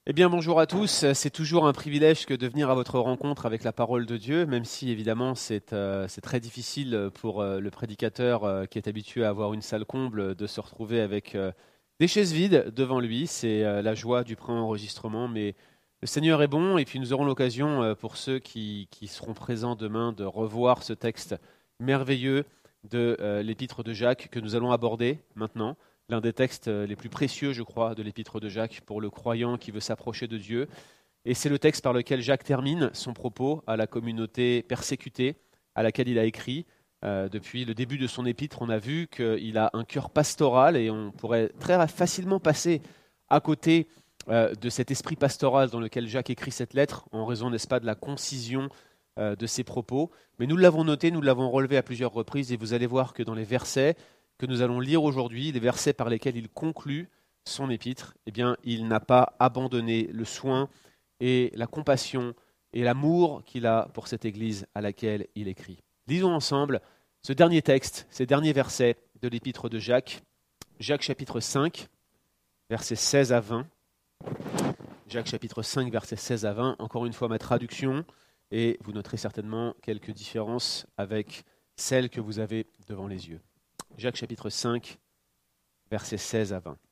Eh bien, bonjour à tous. C'est toujours un privilège que de venir à votre rencontre avec la parole de Dieu, même si évidemment c'est très difficile pour le prédicateur qui est habitué à avoir une salle comble de se retrouver avec des chaises vides devant lui. C'est la joie du pré-enregistrement, mais le Seigneur est bon et puis nous aurons l'occasion pour ceux qui seront présents demain de revoir ce texte merveilleux de l'épître de Jacques que nous allons aborder maintenant, l'un des textes les plus précieux, je crois, de l'épître de Jacques pour le croyant qui veut s'approcher de Dieu. Et c'est le texte par lequel Jacques termine son propos à la communauté persécutée à laquelle il a écrit. Depuis le début de son épître, on a vu qu'il a un cœur pastoral et on pourrait très facilement passer à côté de cet esprit pastoral dans lequel Jacques écrit cette lettre, en raison, n'est-ce pas, de la concision de ses propos. Mais nous l'avons noté, nous l'avons relevé à plusieurs reprises et vous allez voir que dans les versets que nous allons lire aujourd'hui, les versets par lesquels il conclut son épître, eh bien, il n'a pas abandonné le soin et la compassion et l'amour qu'il a pour cette Église à laquelle il écrit. Lisons ensemble ce dernier texte, ces derniers versets de l'épître de Jacques, Jacques chapitre 5, versets 16 à 20. Jacques chapitre 5, versets 16 à 20. Encore une fois, ma traduction, et vous noterez certainement quelques différences avec celle que vous avez devant les yeux. Jacques chapitre 5, versets 16 à 20.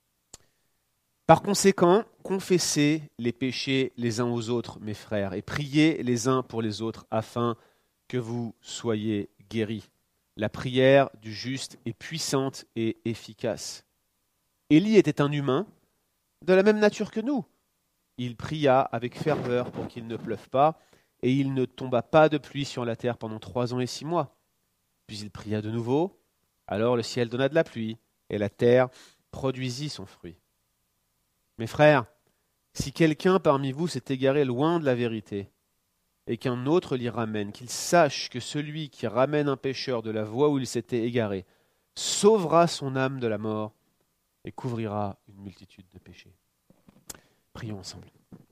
Par conséquent, confessez les péchés les uns aux autres, mes frères, et priez les uns pour les autres, afin que vous soyez guéris. La prière du juste est puissante et efficace. Élie était un humain de la même nature que nous. Il pria avec ferveur pour qu'il ne pleuve pas, et il ne tomba pas de pluie sur la terre pendant 3 ans et 6 mois. Puis il pria de nouveau. Alors le ciel donna de la pluie, et la terre produisit son fruit. Mes frères, si quelqu'un parmi vous s'est égaré loin de la vérité, et qu'un autre l'y ramène, qu'il sache que celui qui ramène un pécheur de la voie où il s'était égaré sauvera son âme de la mort et couvrira une multitude de péchés. Prions ensemble.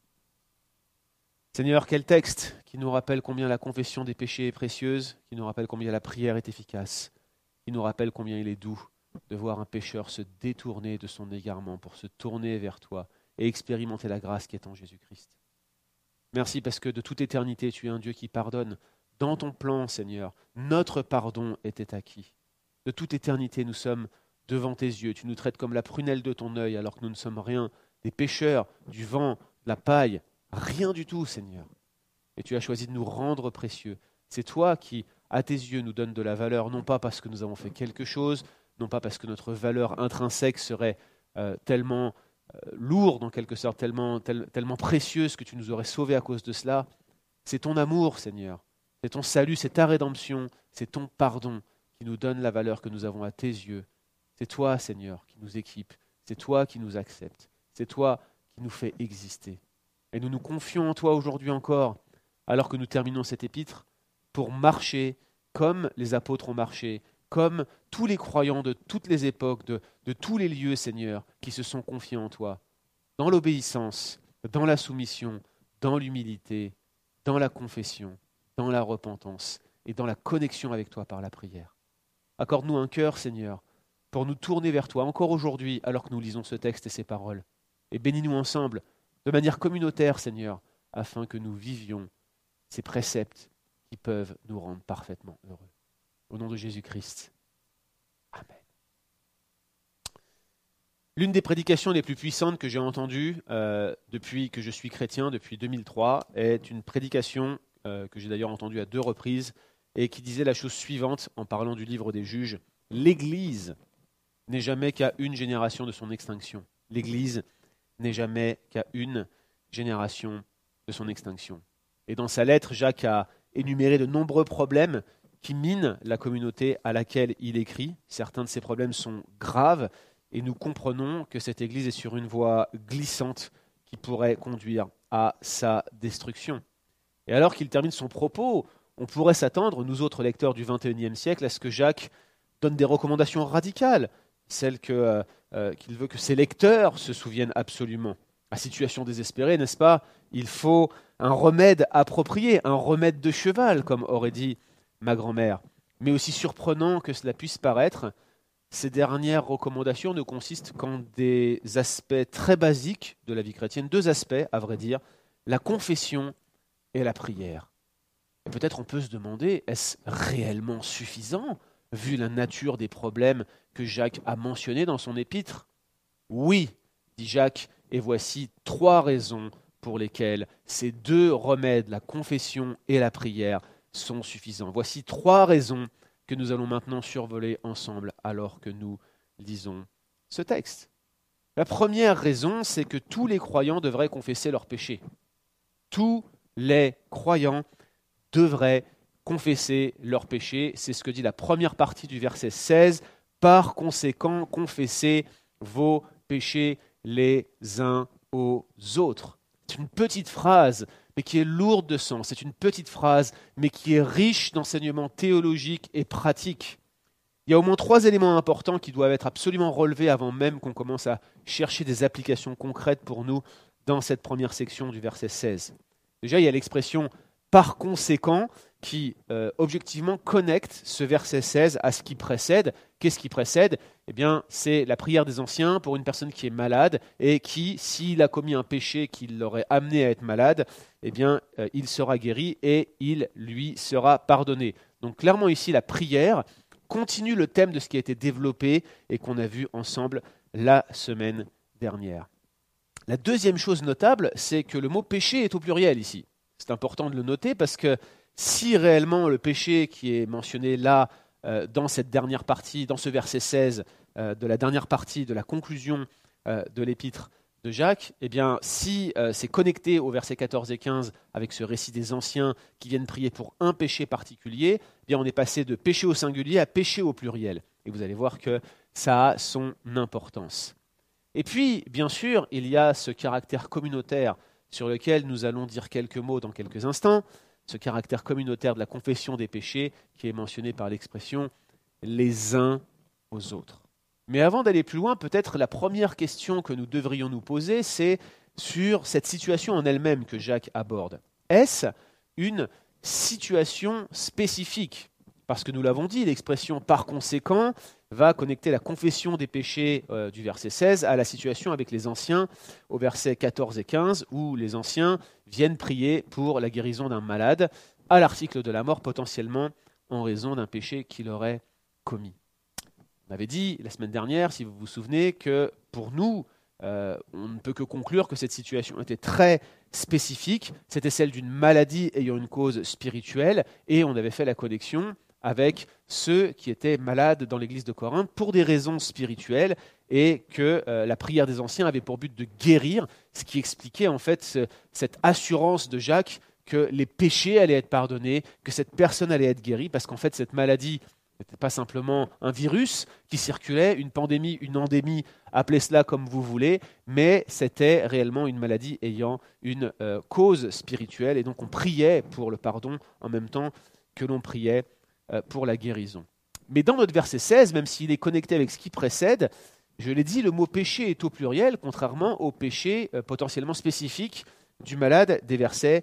Seigneur, quel texte qui nous rappelle combien la confession des péchés est précieuse, qui nous rappelle combien la prière est efficace, qui nous rappelle combien il est doux de voir un pécheur se détourner de son égarement pour se tourner vers toi et expérimenter la grâce qui est en Jésus-Christ. Merci parce que de toute éternité, tu es un Dieu qui pardonne. Dans ton plan, Seigneur, notre pardon était acquis. De toute éternité, nous sommes devant tes yeux. Tu nous traites comme la prunelle de ton œil alors que nous ne sommes rien, des pécheurs, du vent, de la paille, rien du tout, Seigneur. Et tu as choisi de nous rendre précieux. C'est toi qui, à tes yeux, nous donnes de la valeur, non pas parce que nous avons fait quelque chose, non pas parce que notre valeur intrinsèque serait tellement lourde en quelque sorte, tellement précieuse que tu nous aurais sauvés à cause de cela. C'est ton amour, Seigneur. C'est ton salut, c'est ta rédemption, c'est ton pardon qui nous donne la valeur que nous avons à tes yeux. C'est toi, Seigneur, qui nous équipe. C'est toi qui nous accepte. C'est toi qui nous fait exister. Et nous nous confions en toi aujourd'hui encore, alors que nous terminons cet épître, pour marcher comme les apôtres ont marché, comme tous les croyants de toutes les époques, de tous les lieux, Seigneur, qui se sont confiés en toi, dans l'obéissance, dans la soumission, dans l'humilité, dans la confession, dans la repentance et dans la connexion avec toi par la prière. Accorde-nous un cœur, Seigneur, pour nous tourner vers toi encore aujourd'hui, alors que nous lisons ce texte et ces paroles. Et bénis-nous ensemble, de manière communautaire, Seigneur, afin que nous vivions ces préceptes qui peuvent nous rendre parfaitement heureux. Au nom de Jésus-Christ. Amen. L'une des prédications les plus puissantes que j'ai entendues depuis que je suis chrétien, depuis 2003, est une prédication que j'ai d'ailleurs entendue à 2 reprises et qui disait la chose suivante en parlant du livre des Juges. L'Église n'est jamais qu'à une génération de son extinction. L'Église n'est jamais qu'à une génération de son extinction. Et dans sa lettre, Jacques a énuméré de nombreux problèmes qui minent la communauté à laquelle il écrit. Certains de ces problèmes sont graves et nous comprenons que cette Église est sur une voie glissante qui pourrait conduire à sa destruction. Et alors qu'il termine son propos, on pourrait s'attendre, nous autres lecteurs du XXIe siècle, à ce que Jacques donne des recommandations radicales, celles qu'il veut que ses lecteurs se souviennent absolument. À situation désespérée, n'est-ce pas? Il faut un remède approprié, un remède de cheval, comme aurait dit ma grand-mère. Mais aussi surprenant que cela puisse paraître, ces dernières recommandations ne consistent qu'en des aspects très basiques de la vie chrétienne, deux aspects, à vrai dire, la confession et la prière. Et peut-être on peut se demander, est-ce réellement suffisant, vu la nature des problèmes que Jacques a mentionnés dans son épître? Oui, dit Jacques, et voici 3 raisons pour lesquelles ces 2 remèdes, la confession et la prière, sont suffisants. Voici 3 raisons que nous allons maintenant survoler ensemble alors que nous lisons ce texte. La première raison, c'est que tous les croyants devraient confesser leurs péchés. Tous les croyants devraient confesser leurs péchés. C'est ce que dit la première partie du verset 16. Par conséquent, confessez vos péchés les uns aux autres. C'est une petite phrase, mais qui est lourde de sens. C'est une petite phrase, mais qui est riche d'enseignements théologiques et pratiques. Il y a au moins 3 éléments importants qui doivent être absolument relevés avant même qu'on commence à chercher des applications concrètes pour nous dans cette première section du verset 16. Déjà, il y a l'expression « par conséquent » qui objectivement connecte ce verset 16 à ce qui précède. Qu'est-ce qui précède ? Eh bien, c'est la prière des anciens pour une personne qui est malade et qui, s'il a commis un péché qui l'aurait amené à être malade, eh bien, il sera guéri et il lui sera pardonné. Donc clairement ici, la prière continue le thème de ce qui a été développé et qu'on a vu ensemble la semaine dernière. La deuxième chose notable, c'est que le mot péché est au pluriel ici. C'est important de le noter parce que si réellement le péché qui est mentionné là, dans cette dernière partie, dans ce verset 16, de la dernière partie de la conclusion de l'épître de Jacques, eh bien, si c'est connecté au verset 14 et 15 avec ce récit des anciens qui viennent prier pour un péché particulier, eh bien, on est passé de péché au singulier à péché au pluriel. Et vous allez voir que ça a son importance. Et puis, bien sûr, il y a ce caractère communautaire sur lequel nous allons dire quelques mots dans quelques instants, ce caractère communautaire de la confession des péchés qui est mentionné par l'expression « les uns aux autres ». Mais avant d'aller plus loin, peut-être la première question que nous devrions nous poser, c'est sur cette situation en elle-même que Jacques aborde. Est-ce une situation spécifique ? Parce que nous l'avons dit, l'expression « par conséquent » va connecter la confession des péchés du verset 16 à la situation avec les anciens au verset 14 et 15, où les anciens viennent prier pour la guérison d'un malade à l'article de la mort, potentiellement en raison d'un péché qu'il aurait commis. On avait dit la semaine dernière, si vous vous souvenez, que pour nous, on ne peut que conclure que cette situation était très spécifique. C'était celle d'une maladie ayant une cause spirituelle, et on avait fait la connexion avec ceux qui étaient malades dans l'église de Corinthe pour des raisons spirituelles, et que la prière des anciens avait pour but de guérir, ce qui expliquait en fait cette assurance de Jacques que les péchés allaient être pardonnés, que cette personne allait être guérie, parce qu'en fait cette maladie n'était pas simplement un virus qui circulait, une pandémie, une endémie, appelez cela comme vous voulez, mais c'était réellement une maladie ayant une cause spirituelle, et donc on priait pour le pardon en même temps que l'on priait pour la guérison. Mais dans notre verset 16, même s'il est connecté avec ce qui précède, je l'ai dit, le mot péché est au pluriel, contrairement au péché potentiellement spécifique du malade des versets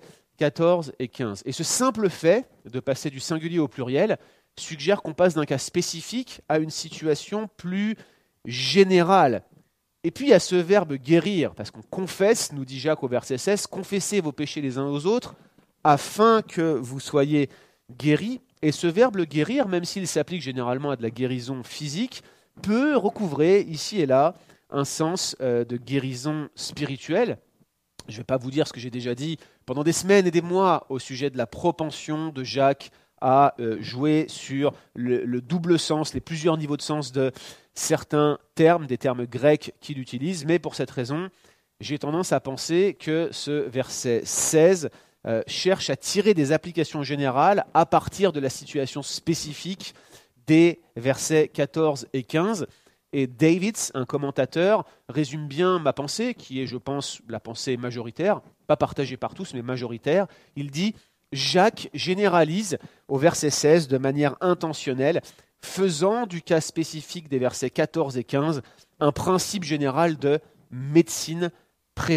14 et 15. Et ce simple fait de passer du singulier au pluriel suggère qu'on passe d'un cas spécifique à une situation plus générale. Et puis il y a ce verbe guérir, parce qu'on confesse, nous dit Jacques au verset 16, confessez vos péchés les uns aux autres, afin que vous soyez guéris. Et ce verbe guérir, même s'il s'applique généralement à de la guérison physique, peut recouvrer ici et là un sens de guérison spirituelle. Je ne vais pas vous dire ce que j'ai déjà dit pendant des semaines et des mois au sujet de la propension de Jacques à jouer sur le double sens, les plusieurs niveaux de sens de certains termes, des termes grecs qu'il utilise. Mais pour cette raison, j'ai tendance à penser que ce verset 16 cherche à tirer des applications générales à partir de la situation spécifique des versets 14 et 15. Et Davids, un commentateur, résume bien ma pensée, qui est, je pense, la pensée majoritaire, pas partagée par tous, mais majoritaire. Il dit « Jacques généralise au verset 16 de manière intentionnelle, faisant du cas spécifique des versets 14 et 15 un principe général de médecine préventive. »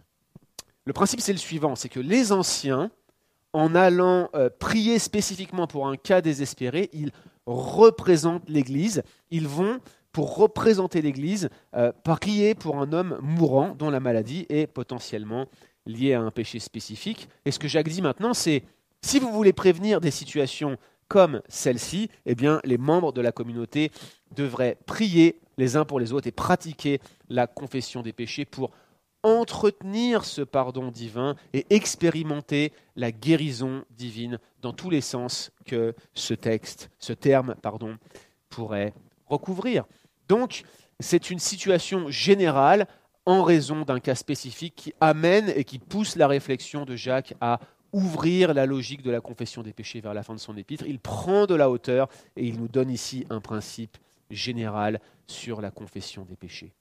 Le principe, c'est le suivant, c'est que les anciens, en allant prier spécifiquement pour un cas désespéré, ils représentent l'Église. Ils vont, pour représenter l'Église, prier pour un homme mourant dont la maladie est potentiellement liée à un péché spécifique. Et ce que Jacques dit maintenant, c'est si vous voulez prévenir des situations comme celle-ci, eh bien, les membres de la communauté devraient prier les uns pour les autres et pratiquer la confession des péchés pour entretenir ce pardon divin et expérimenter la guérison divine dans tous les sens que ce terme, pourrait recouvrir. Donc, c'est une situation générale en raison d'un cas spécifique qui amène et qui pousse la réflexion de Jacques à ouvrir la logique de la confession des péchés vers la fin de son épître. Il prend de la hauteur et il nous donne ici un principe général sur la confession des péchés.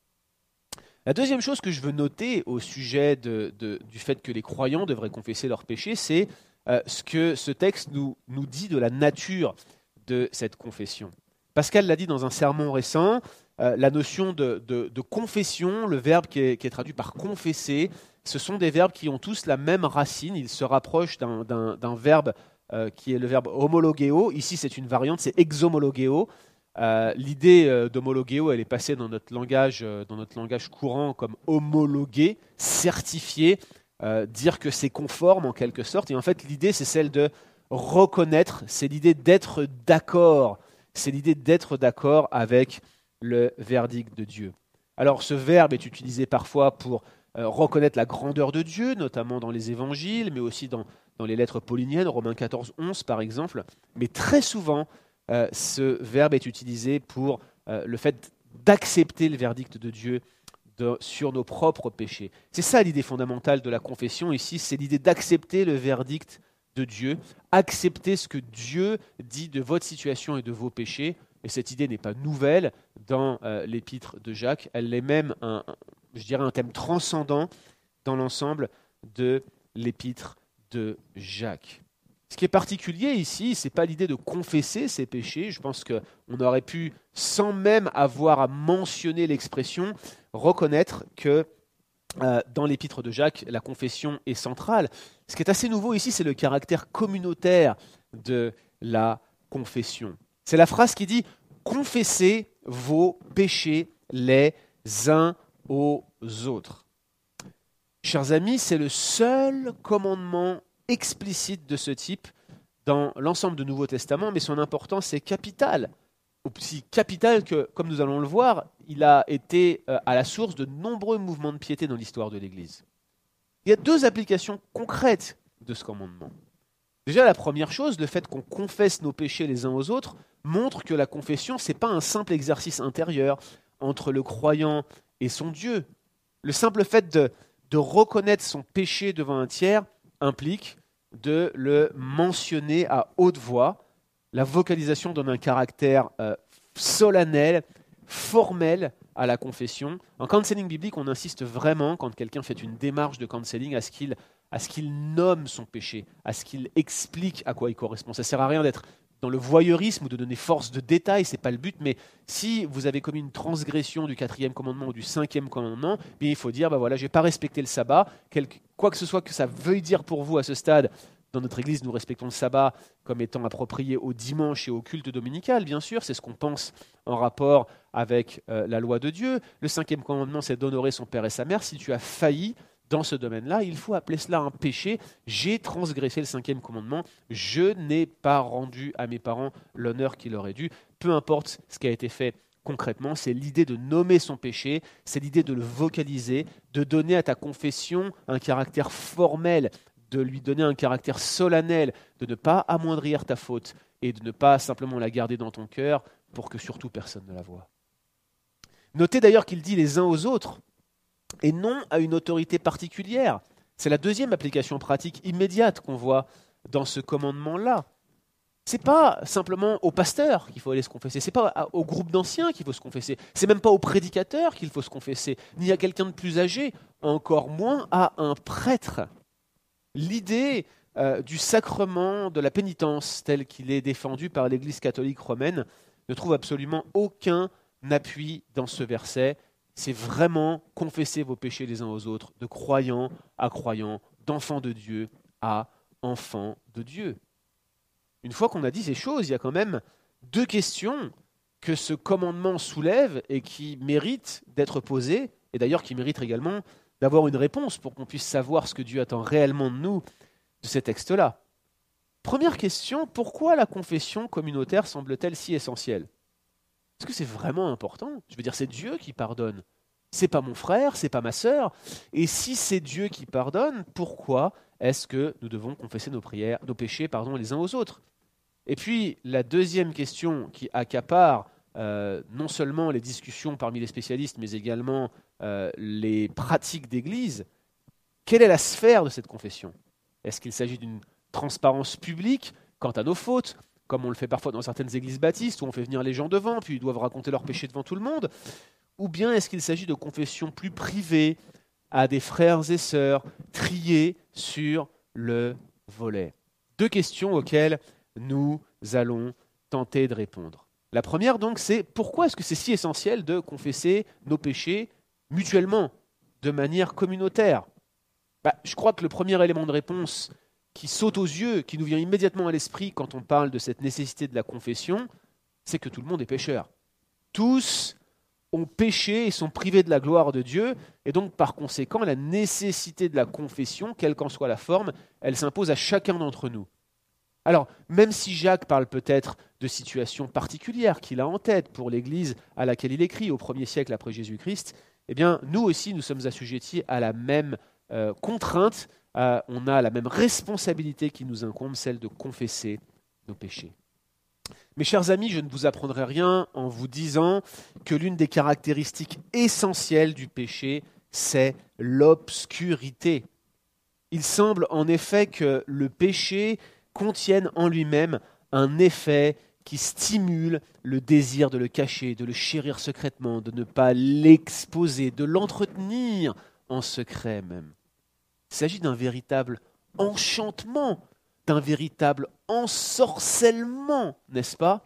La deuxième chose que je veux noter au sujet du fait que les croyants devraient confesser leurs péchés, c'est ce que ce texte nous dit de la nature de cette confession. Pascal l'a dit dans un sermon récent, la notion de confession, le verbe qui est traduit par confesser, ce sont des verbes qui ont tous la même racine. Ils se rapprochent d'un verbe qui est le verbe homologeo. Ici, c'est une variante, c'est exhomologeo. L'idée d'homologeo, elle est passée dans notre langage courant comme homologuer, certifier, dire que c'est conforme en quelque sorte. Et en fait, l'idée, c'est celle de reconnaître, c'est l'idée d'être d'accord. C'est l'idée d'être d'accord avec le verdict de Dieu. Alors, ce verbe est utilisé parfois pour reconnaître la grandeur de Dieu, notamment dans les évangiles, mais aussi dans les lettres pauliniennes, Romains 14, 11 par exemple. Mais très souvent, ce verbe est utilisé pour le fait d'accepter le verdict de Dieu sur nos propres péchés. C'est ça l'idée fondamentale de la confession ici, c'est l'idée d'accepter le verdict de Dieu, accepter ce que Dieu dit de votre situation et de vos péchés. Et cette idée n'est pas nouvelle dans l'épître de Jacques, elle est même un thème transcendant dans l'ensemble de l'épître de Jacques. Ce qui est particulier ici, ce n'est pas l'idée de confesser ses péchés. Je pense qu'on aurait pu, sans même avoir à mentionner l'expression, reconnaître que dans l'épître de Jacques, la confession est centrale. Ce qui est assez nouveau ici, c'est le caractère communautaire de la confession. C'est la phrase qui dit « Confessez vos péchés les uns aux autres ». Chers amis, c'est le seul commandement explicite de ce type dans l'ensemble du Nouveau Testament, mais son importance est capitale. Aussi capitale que, comme nous allons le voir, il a été à la source de nombreux mouvements de piété dans l'histoire de l'Église. Il y a deux applications concrètes de ce commandement. Déjà, la première chose, le fait qu'on confesse nos péchés les uns aux autres, montre que la confession, ce n'est pas un simple exercice intérieur entre le croyant et son Dieu. Le simple fait de reconnaître son péché devant un tiers implique de le mentionner à haute voix. La vocalisation donne un caractère solennel, formel à la confession. En counseling biblique, on insiste vraiment, quand quelqu'un fait une démarche de counseling, à ce qu'il nomme son péché, à ce qu'il explique à quoi il correspond. Ça ne sert à rien d'être dans le voyeurisme ou de donner force de détail, ce n'est pas le but, mais si vous avez commis une transgression du 4e commandement ou du 5e commandement, bien il faut dire, voilà, je n'ai pas respecté le sabbat, quoi que ce soit que ça veuille dire pour vous à ce stade. Dans notre Église, nous respectons le sabbat comme étant approprié au dimanche et au culte dominical, bien sûr, c'est ce qu'on pense en rapport avec la loi de Dieu. Le 5e commandement, c'est d'honorer son père et sa mère. Si tu as failli dans ce domaine-là, il faut appeler cela un péché. J'ai transgressé le 5e commandement, je n'ai pas rendu à mes parents l'honneur qu'il aurait dû. Peu importe ce qui a été fait concrètement, c'est l'idée de nommer son péché, c'est l'idée de le vocaliser, de donner à ta confession un caractère formel, de lui donner un caractère solennel, de ne pas amoindrir ta faute et de ne pas simplement la garder dans ton cœur pour que surtout personne ne la voie. Notez d'ailleurs qu'il dit les uns aux autres et non à une autorité particulière. C'est la deuxième application pratique immédiate qu'on voit dans ce commandement-là. Ce n'est pas simplement au pasteur qu'il faut aller se confesser, ce n'est pas au groupe d'anciens qu'il faut se confesser, ce n'est même pas au prédicateur qu'il faut se confesser, ni à quelqu'un de plus âgé, encore moins à un prêtre. L'idée du sacrement de la pénitence tel qu'il est défendu par l'Église catholique romaine ne trouve absolument aucun appui dans ce verset. C'est vraiment confesser vos péchés les uns aux autres, de croyant à croyant, d'enfant de Dieu à enfant de Dieu. Une fois qu'on a dit ces choses, il y a quand même Deux questions que ce commandement soulève et qui méritent d'être posées, et d'ailleurs qui méritent également d'avoir une réponse pour qu'on puisse savoir ce que Dieu attend réellement de nous de ces textes-là. Première question, pourquoi la confession communautaire semble-t-elle si essentielle? Est-ce que c'est vraiment important? Je veux dire, c'est Dieu qui pardonne. C'est pas mon frère, c'est pas ma sœur. Et si c'est Dieu qui pardonne, pourquoi est-ce que nous devons confesser nos péchés, les uns aux autres? Et puis, la deuxième question qui accapare non seulement les discussions parmi les spécialistes, mais également les pratiques d'Église, quelle est la sphère de cette confession? Est-ce qu'il s'agit d'une transparence publique quant à nos fautes, comme on le fait parfois dans certaines églises baptistes, où on fait venir les gens devant, puis ils doivent raconter leurs péchés devant tout le monde? Ou bien est-ce qu'il s'agit de confessions plus privées à des frères et sœurs triés sur le volet? Deux questions auxquelles nous allons tenter de répondre. La première donc, c'est pourquoi est-ce que c'est si essentiel de confesser nos péchés mutuellement, de manière communautaire? Je crois que le premier élément de réponse qui saute aux yeux, qui nous vient immédiatement à l'esprit quand on parle de cette nécessité de la confession, c'est que tout le monde est pécheur. Tous ont péché et sont privés de la gloire de Dieu, et donc par conséquent, la nécessité de la confession, quelle qu'en soit la forme, elle s'impose à chacun d'entre nous. Alors, même si Jacques parle peut-être de situations particulières qu'il a en tête pour l'Église à laquelle il écrit au 1er siècle après Jésus-Christ, eh bien, nous aussi, nous sommes assujettis à la même contrainte, on a la même responsabilité qui nous incombe, celle de confesser nos péchés. Mes chers amis, je ne vous apprendrai rien en vous disant que l'une des caractéristiques essentielles du péché, c'est l'obscurité. Il semble en effet que le péché contienne en lui-même un effet qui stimule le désir de le cacher, de le chérir secrètement, de ne pas l'exposer, de l'entretenir en secret même. Il s'agit d'un véritable enchantement, d'un véritable ensorcellement, n'est-ce pas?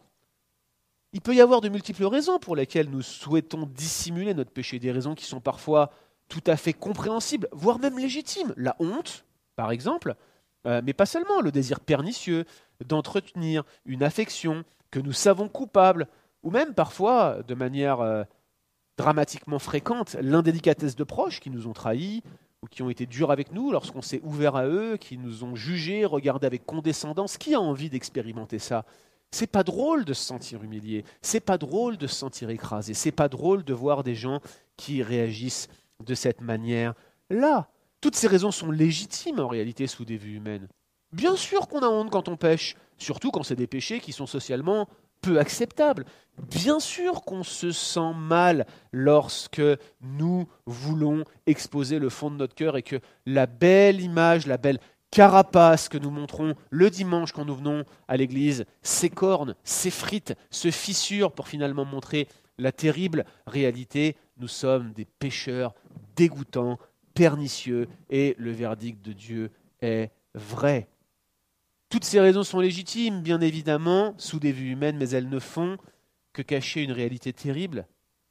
Il peut y avoir de multiples raisons pour lesquelles nous souhaitons dissimuler notre péché, des raisons qui sont parfois tout à fait compréhensibles, voire même légitimes. La honte, par exemple, mais pas seulement, le désir pernicieux d'entretenir une affection que nous savons coupable, ou même parfois, de manière dramatiquement fréquente, l'indélicatesse de proches qui nous ont trahis, ou qui ont été durs avec nous lorsqu'on s'est ouvert à eux, qui nous ont jugés, regardés avec condescendance. Qui a envie d'expérimenter ça? C'est pas drôle de se sentir humilié, c'est pas drôle de se sentir écrasé, c'est pas drôle de voir des gens qui réagissent de cette manière-là. Toutes ces raisons sont légitimes en réalité sous des vues humaines. Bien sûr qu'on a honte quand on pêche, surtout quand c'est des péchés qui sont socialement peu acceptable. Bien sûr qu'on se sent mal lorsque nous voulons exposer le fond de notre cœur et que la belle image, la belle carapace que nous montrons le dimanche quand nous venons à l'église s'écorne, s'effrite, se fissure pour finalement montrer la terrible réalité. Nous sommes des pécheurs dégoûtants, pernicieux, et le verdict de Dieu est vrai. Toutes ces raisons sont légitimes, bien évidemment, sous des vues humaines, mais elles ne font que cacher une réalité terrible.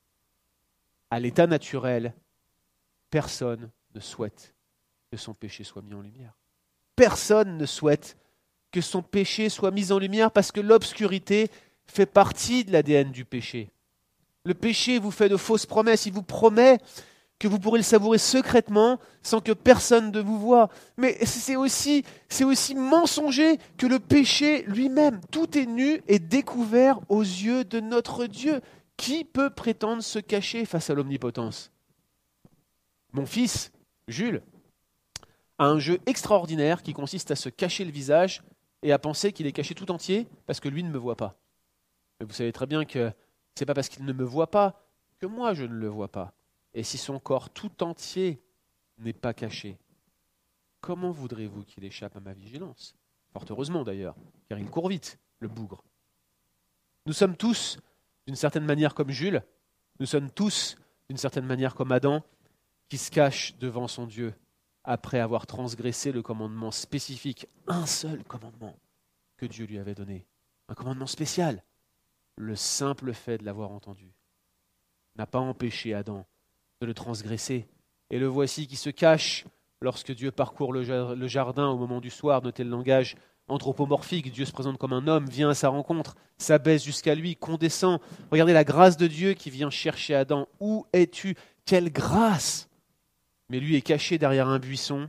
À l'état naturel, personne ne souhaite que son péché soit mis en lumière. Personne ne souhaite que son péché soit mis en lumière parce que l'obscurité fait partie de l'ADN du péché. Le péché vous fait de fausses promesses, il vous promet que vous pourrez le savourer secrètement sans que personne ne vous voie. Mais c'est aussi mensonger que le péché lui-même. Tout est nu et découvert aux yeux de notre Dieu. Qui peut prétendre se cacher face à l'omnipotence? Mon fils, Jules, a un jeu extraordinaire qui consiste à se cacher le visage et à penser qu'il est caché tout entier parce que lui ne me voit pas. Mais vous savez très bien que ce n'est pas parce qu'il ne me voit pas que moi je ne le vois pas. Et si son corps tout entier n'est pas caché, comment voudrez-vous qu'il échappe à ma vigilance? Fort heureusement d'ailleurs, car il court vite, le bougre. Nous sommes tous, d'une certaine manière comme Jules, nous sommes tous, d'une certaine manière comme Adam, qui se cache devant son Dieu après avoir transgressé le commandement spécifique, un seul commandement que Dieu lui avait donné, un commandement spécial. Le simple fait de l'avoir entendu n'a pas empêché Adam de le transgresser. Et le voici qui se cache lorsque Dieu parcourt le jardin au moment du soir, notez le langage, anthropomorphique. Dieu se présente comme un homme, vient à sa rencontre, s'abaisse jusqu'à lui, condescend. Regardez la grâce de Dieu qui vient chercher Adam. Où es-tu ? Quelle grâce ! Mais lui est caché derrière un buisson,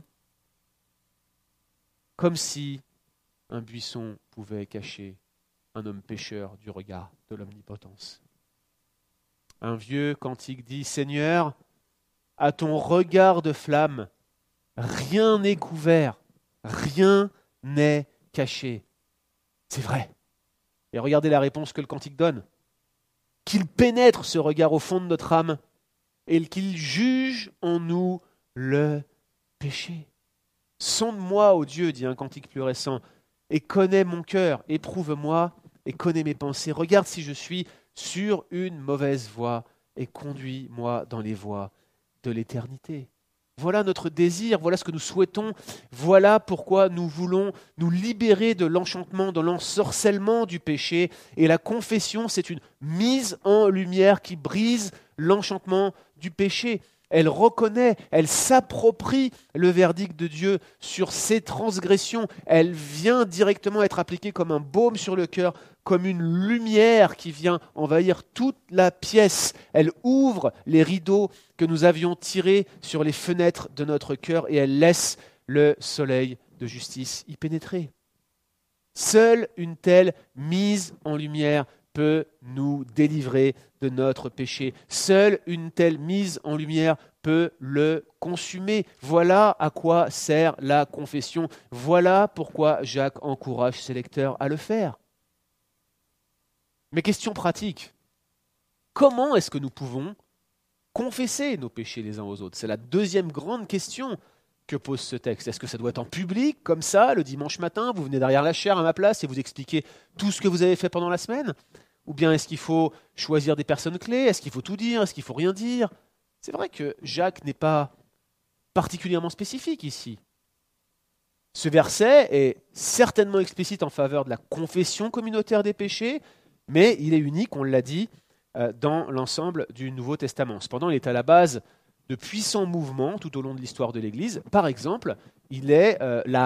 comme si un buisson pouvait cacher un homme pécheur du regard de l'omnipotence. Un vieux cantique dit « Seigneur, à ton regard de flamme, rien n'est couvert, rien n'est caché. » C'est vrai. Et regardez la réponse que le cantique donne. Qu'il pénètre ce regard au fond de notre âme et qu'il juge en nous le péché. Sonde-moi, ô Dieu, dit un cantique plus récent, et connais mon cœur, éprouve-moi et connais mes pensées. Regarde si je suis sur une mauvaise voie et conduis-moi dans les voies de l'éternité. Voilà notre désir, voilà ce que nous souhaitons, voilà pourquoi nous voulons nous libérer de l'enchantement, de l'ensorcellement du péché. Et la confession, c'est une mise en lumière qui brise l'enchantement du péché. Elle reconnaît, elle s'approprie le verdict de Dieu sur ses transgressions. Elle vient directement être appliquée comme un baume sur le cœur, comme une lumière qui vient envahir toute la pièce. Elle ouvre les rideaux que nous avions tirés sur les fenêtres de notre cœur et elle laisse le soleil de justice y pénétrer. Seule une telle mise en lumière peut nous délivrer de notre péché. Seule une telle mise en lumière peut le consumer. Voilà à quoi sert la confession. Voilà pourquoi Jacques encourage ses lecteurs à le faire. Mais question pratique, comment est-ce que nous pouvons confesser nos péchés les uns aux autres ? C'est la deuxième grande question que pose ce texte. Est-ce que ça doit être en public, comme ça, le dimanche matin, vous venez derrière la chaire à ma place et vous expliquez tout ce que vous avez fait pendant la semaine ? Ou bien est-ce qu'il faut choisir des personnes clés ? Est-ce qu'il faut tout dire ? Est-ce qu'il faut rien dire ? C'est vrai que Jacques n'est pas particulièrement spécifique ici. Ce verset est certainement explicite en faveur de la confession communautaire des péchés, mais il est unique, on l'a dit, dans l'ensemble du Nouveau Testament. Cependant, il est à la base de puissants mouvements tout au long de l'histoire de l'Église. Par exemple, il est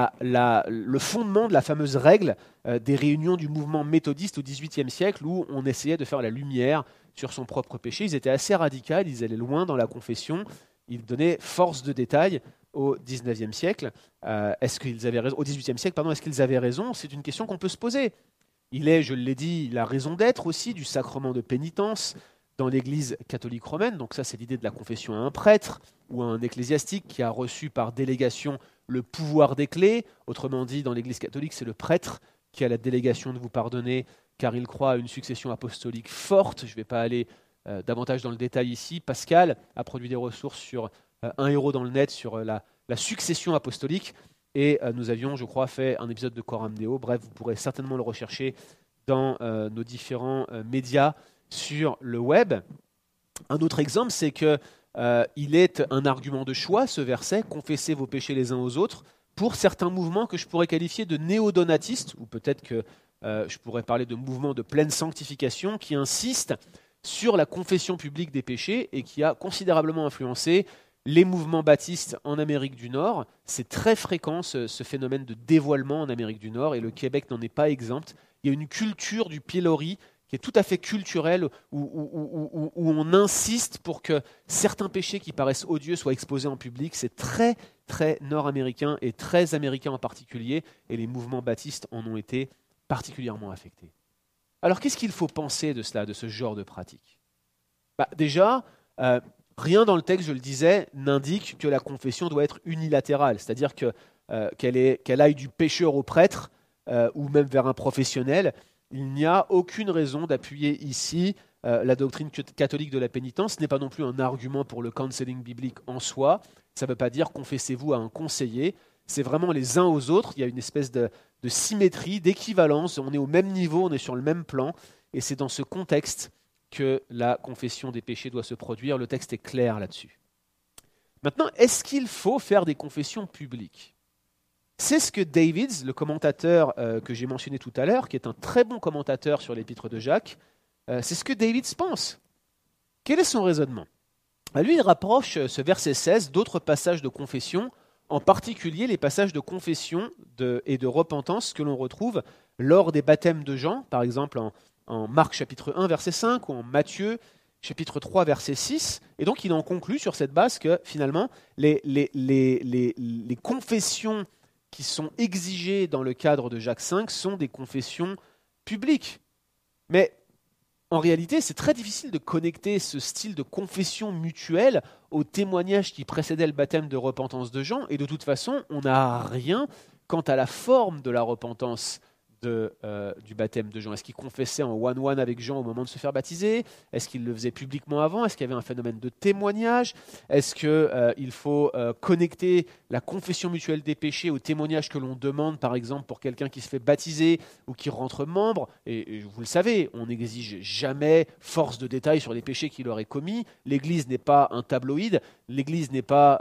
le fondement de la fameuse règle des réunions du mouvement méthodiste au XVIIIe siècle où on essayait de faire la lumière sur son propre péché. Ils étaient assez radicaux, ils allaient loin dans la confession, ils donnaient force de détail au XIXe siècle. Est-ce qu'ils avaient raison ? Au XVIIIe siècle, pardon, est-ce qu'ils avaient raison ? C'est une question qu'on peut se poser. Il est, je l'ai dit, la raison d'être aussi du sacrement de pénitence dans l'Église catholique romaine. Donc ça, c'est l'idée de la confession à un prêtre ou à un ecclésiastique qui a reçu par délégation le pouvoir des clés. Autrement dit, dans l'Église catholique, c'est le prêtre qui a la délégation de vous pardonner car il croit à une succession apostolique forte. Je ne vais pas aller davantage dans le détail ici. Pascal a produit des ressources sur 1 euro dans le net sur la succession apostolique. Et nous avions, je crois, fait un épisode de Coram Deo. Bref, vous pourrez certainement le rechercher dans nos différents médias sur le web. Un autre exemple, c'est qu'il est un argument de choix, ce verset, « Confessez vos péchés les uns aux autres », pour certains mouvements que je pourrais qualifier de néo-donatistes, ou peut-être que je pourrais parler de mouvements de pleine sanctification, qui insistent sur la confession publique des péchés et qui a considérablement influencé les mouvements baptistes en Amérique du Nord. C'est très fréquent ce phénomène de dévoilement en Amérique du Nord et le Québec n'en est pas exempt. Il y a une culture du pilori qui est tout à fait culturelle où on insiste pour que certains péchés qui paraissent odieux soient exposés en public. C'est très, très nord-américain et très américain en particulier et les mouvements baptistes en ont été particulièrement affectés. Alors qu'est-ce qu'il faut penser de cela, de ce genre de pratique ? Déjà, rien dans le texte, je le disais, n'indique que la confession doit être unilatérale, c'est-à-dire qu'elle aille du pécheur au prêtre ou même vers un professionnel. Il n'y a aucune raison d'appuyer ici la doctrine catholique de la pénitence. Ce n'est pas non plus un argument pour le counseling biblique en soi. Ça ne veut pas dire confessez-vous à un conseiller. C'est vraiment les uns aux autres. Il y a une espèce de symétrie, d'équivalence. On est au même niveau, on est sur le même plan. Et c'est dans ce contexte que la confession des péchés doit se produire. Le texte est clair là-dessus. Maintenant, est-ce qu'il faut faire des confessions publiques ? C'est ce que Davids, le commentateur que j'ai mentionné tout à l'heure, qui est un très bon commentateur sur l'épître de Jacques, c'est ce que Davids pense. Quel est son raisonnement ? Lui, il rapproche ce verset 16 d'autres passages de confession en particulier les passages de confession et de repentance que l'on retrouve lors des baptêmes de Jean, par exemple en Marc chapitre 1 verset 5 ou en Matthieu chapitre 3 verset 6. Et donc il en conclut sur cette base que finalement les confessions qui sont exigées dans le cadre de Jacques V sont des confessions publiques. Mais en réalité, c'est très difficile de connecter ce style de confession mutuelle au témoignage qui précédait le baptême de repentance de Jean. Et de toute façon, on n'a rien quant à la forme de la repentance du baptême de Jean. Est-ce qu'il confessait en one-one avec Jean au moment de se faire baptiser? Est-ce qu'il le faisait publiquement avant? Est-ce qu'il y avait un phénomène de témoignage? Est-ce qu'il faut connecter la confession mutuelle des péchés au témoignage que l'on demande, par exemple, pour quelqu'un qui se fait baptiser ou qui rentre membre? Et vous le savez, on n'exige jamais force de détail sur les péchés qu'il aurait commis. L'Église n'est pas un tabloïd, l'Église n'est pas